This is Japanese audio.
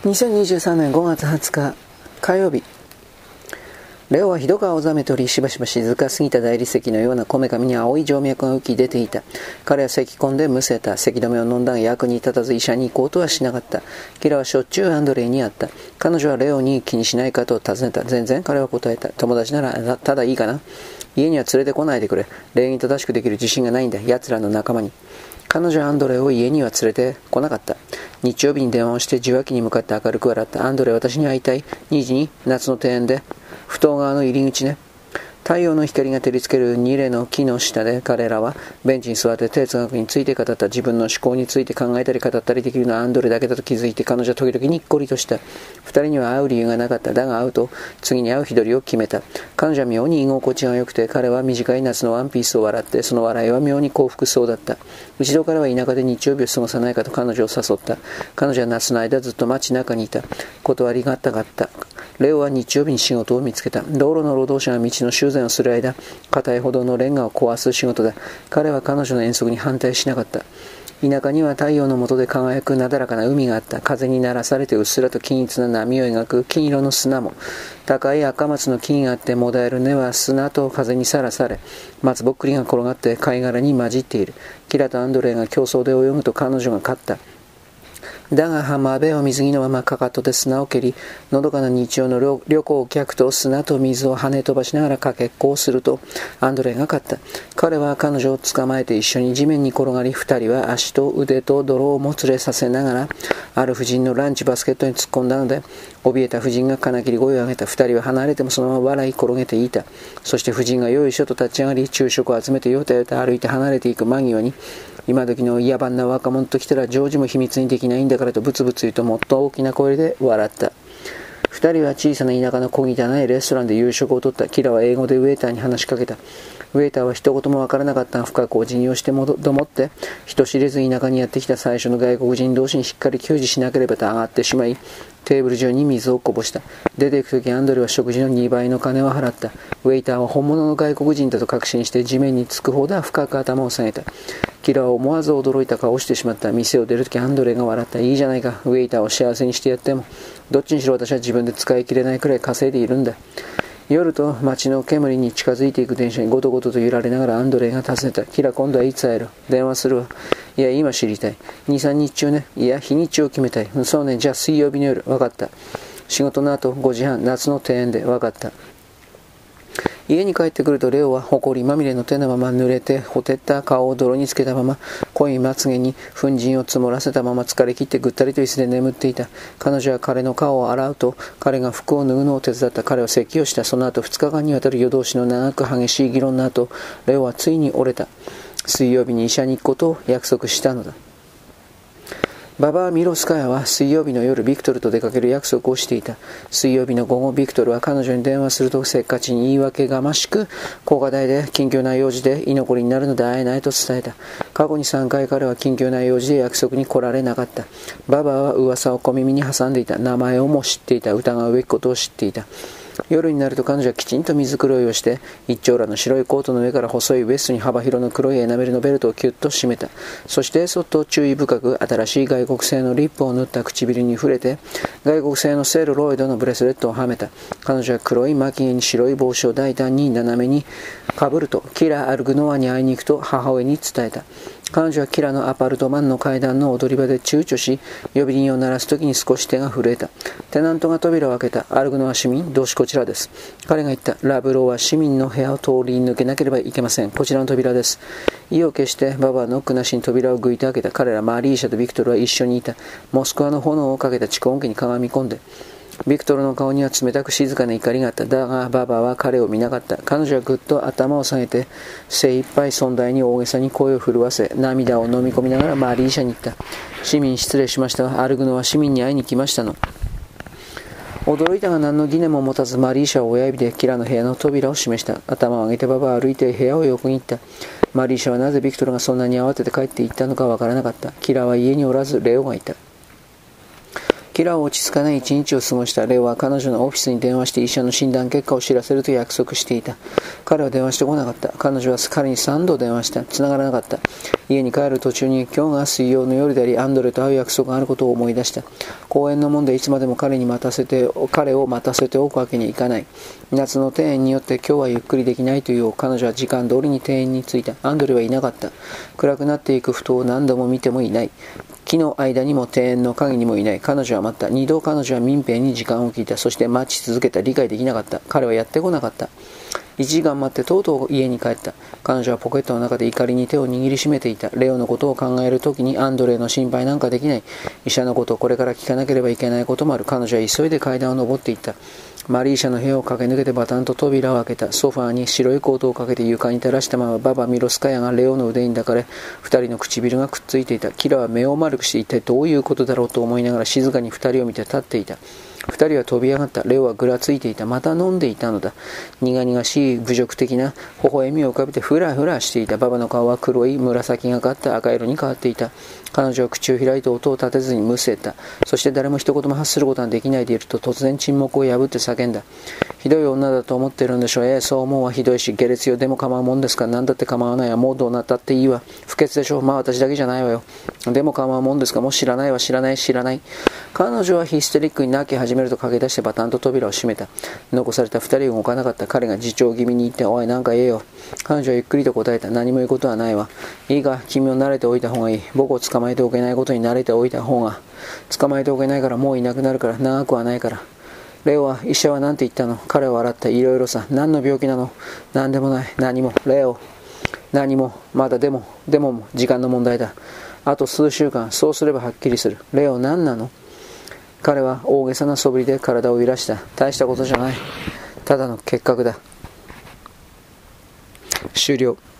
2023年5月20日火曜日。レオはひどく青ざめており、しばしば静かすぎた大理石のようなこめかみに青い静脈が浮き出ていた。彼は咳き込んでむせた。咳止めを飲んだが役に立たず医者に行こうとはしなかった。キラはしょっちゅうアンドレイに会った。彼女はレオに気にしないかと尋ねた。全然、彼は答えた。友達ならただいいかな。家には連れてこないでくれ。礼儀正しくできる自信がないんだ。奴らの仲間に。彼女はアンドレを家には連れてこなかった。日曜日に電話をして受話器に向かって明るく笑った。アンドレ、私に会いたい。2時に夏の庭園で。埠頭側の入り口ね。太陽の光が照りつける二レの木の下で彼らはベンチに座って哲学について語った。自分の思考について考えたり語ったりできるのはアンドレだけだと気づいて彼女は時々にっこりとした。二人には会う理由がなかった。だが会うと次に会う日取りを決めた。彼女は妙に居心地が良くて、彼は短い夏のワンピースを笑って、その笑いは妙に幸福そうだった。一度彼は田舎で日曜日を過ごさないかと彼女を誘った。彼女は夏の間ずっと街中にいた。断りがたかった。レオは日曜日に仕事を見つけた。道路の労働者が道の修繕をする間、硬い歩道のレンガを壊す仕事だ。彼は彼女の遠足に反対しなかった。田舎には太陽の下で輝くなだらかな海があった。風に鳴らされてうっすらと均一な波を描く金色の砂も。高い赤松の木があってもだえる根は砂と風にさらされ、松ぼっくりが転がって貝殻に混じっている。キラとアンドレイが競争で泳ぐと彼女が勝った。だが浜辺を水着のままかかとで砂を蹴り、のどかな日曜の旅行客と砂と水を跳ね飛ばしながらかけっこをするとアンドレイが勝った。彼は彼女を捕まえて一緒に地面に転がり、二人は足と腕と泥をもつれさせながらある婦人のランチバスケットに突っ込んだので、怯えた婦人が金切り声を上げた。二人は離れてもそのまま笑い転げていた。そして婦人がよいしょと立ち上がり、昼食を集めてよたよた歩いて離れていく間際に、今時の野蛮な若者と来たら常時も秘密にできないんだからとブツブツ言うともっと大きな声で笑った。二人は小さな田舎の小汚いレストランで夕食をとった。キラは英語でウェイターに話しかけた。ウェイターは一言もわからなかったが深くお辞儀をしてどもって人知れず田舎にやってきた最初の外国人同士にしっかり給仕しなければと上がってしまい、テーブル上に水をこぼした。出て行くときアンドレは食事の2倍の金を払った。ウェイターは本物の外国人だと確信して地面につくほど深く頭を下げた。キラは思わず驚いた顔をしてしまった。店を出るときアンドレが笑った。いいじゃないか。ウェイターを幸せにしてやっても。どっちにしろ私は自分で使い切れないくらい稼いでいるんだ。夜と街の煙に近づいていく電車にゴトゴトと揺られながらアンドレが尋ねた。キラ、今度はいつ会える？電話するわ。いや、今知りたい。2、3日中ね。いや、日にちを決めたい。そうね。じゃあ水曜日の夜。わかった。仕事の後5時半、夏の庭園で。わかった。家に帰ってくるとレオは埃まみれの手のまま濡れてほてった顔を泥につけたまま濃いまつげに粉塵を積もらせたまま疲れ切ってぐったりと椅子で眠っていた。彼女は彼の顔を洗うと彼が服を脱ぐのを手伝った。彼は咳をした。その後2日間にわたる夜通しの長く激しい議論の後、レオはついに折れた。水曜日に医者に行くことを約束したのだ。ババア・ミロスカヤは水曜日の夜ビクトルと出かける約束をしていた。水曜日の午後ビクトルは彼女に電話するとせっかちに言い訳がましく、高価代で緊急な用事で居残りになるので会えないと伝えた。過去に3回彼は緊急な用事で約束に来られなかった。ババアは噂を小耳に挟んでいた。名前をも知っていた。疑うべきことを知っていた。夜になると彼女はきちんと水黒いをして一丁羅の白いコートの上から細いウエストに幅広の黒いエナメルのベルトをキュッと締めた。そしてそっと注意深く新しい外国製のリップを塗った唇に触れて外国製のセルロイドのブレスレットをはめた。彼女は黒い巻き毛に白い帽子を大胆に斜めにかぶるとキラ・アルグノアに会いに行くと母親に伝えた。彼女はキラのアパルトマンの階段の踊り場で躊躇し、呼び鈴を鳴らすときに少し手が震えた。テナントが扉を開けた。アルグノは市民、どうしこちらです。彼が言った。ラブローは市民の部屋を通り抜けなければいけません。こちらの扉です。意を決してババアノックなしに扉をぐいて開けた。彼らマリーシャとビクトルは一緒にいた。モスクワの炎をかけた蓄音機にかがみ込んで。ビクトルの顔には冷たく静かな怒りがあった。だがババアは彼を見なかった。彼女はぐっと頭を下げて精一杯尊大に大げさに声を震わせ涙を飲み込みながらマリーシャに言った。市民失礼しましたがアルグノは市民に会いに来ましたの。驚いたが何の疑念も持たずマリーシャは親指でキラの部屋の扉を示した。頭を上げてババアは歩いて部屋を横に行った。マリーシャはなぜビクトルがそんなに慌てて帰っていったのかわからなかった。キラは家におらずレオがいた。 キラは落ち着かない一日を過ごした。レオは彼女のオフィスに電話して医者の診断結果を知らせると約束していた。彼は電話してこなかった。彼女は彼に3度電話した。繋がらなかった。家に帰る途中に今日が水曜の夜であり、アンドレと会う約束があることを思い出した。公園の門でいつまでも彼を待たせておくわけにいかない。夏の庭園によって今日はゆっくりできないという。彼女は時間通りに庭園に着いた。アンドレはいなかった。暗くなっていく埠頭を何度も見てもいない。木の間にも庭園の影にもいない。彼女は待った。2度彼女は民兵に時間を聞いた。そして待ち続けた。理解できなかった。彼はやってこなかった。1時間待ってとうとう家に帰った。彼女はポケットの中で怒りに手を握りしめていた。レオのことを考えるときにアンドレの心配なんかできない。医者のことをこれから聞かなければいけないこともある。彼女は急いで階段を上っていった。マリーシャの部屋を駆け抜けてバタンと扉を開けた。ソファーに白いコートをかけて床に垂らしたままババ・ミロスカヤがレオの腕に抱かれ、二人の唇がくっついていた。キラは目を丸くして一体どういうことだろうと思いながら静かに二人を見て立っていた。二人は飛び上がった。レオはぐらついていた。また飲んでいたのだ。苦々しい侮辱的な微笑みを浮かべてふらふらしていた。ババの顔は黒い紫がかった赤色に変わっていた。彼女は口を開いて音を立てずにむせた。そして誰も一言も発することができないでいると突然沈黙を破って叫んだ。ひどい女だと思ってるんでしょう。そう思うわ。ひどいし、下劣よ。でも構うもんですか。何だって構わないわ。もうどうなったっていいわ。不潔でしょう。まあ私だけじゃないわよ。でも構うもんですか。もう知らないわ。知らない。彼女はヒステリックに泣き始めると駆け出してバタンと扉を閉めた。残された二人は動かなかった。彼が自重気味に言って、おいなんか言えよ。彼女はゆっくりと答えた。何も言うことはないわ。いいか、君を慣れておいた方がいい。僕を捕まえておけないことに慣れておいた方が。捕まえておけないからもういなくなるから、長くはないから。レオは、医者は何て言ったの。彼は笑った。いろいろさ。何の病気なの。何でもない。何も。レオ。何も。まだでも時間の問題だ。あと数週間。そうすればはっきりする。レオ、何なの。彼は大げさな素振りで体を揺らした。大したことじゃない。ただの結核だ。終了。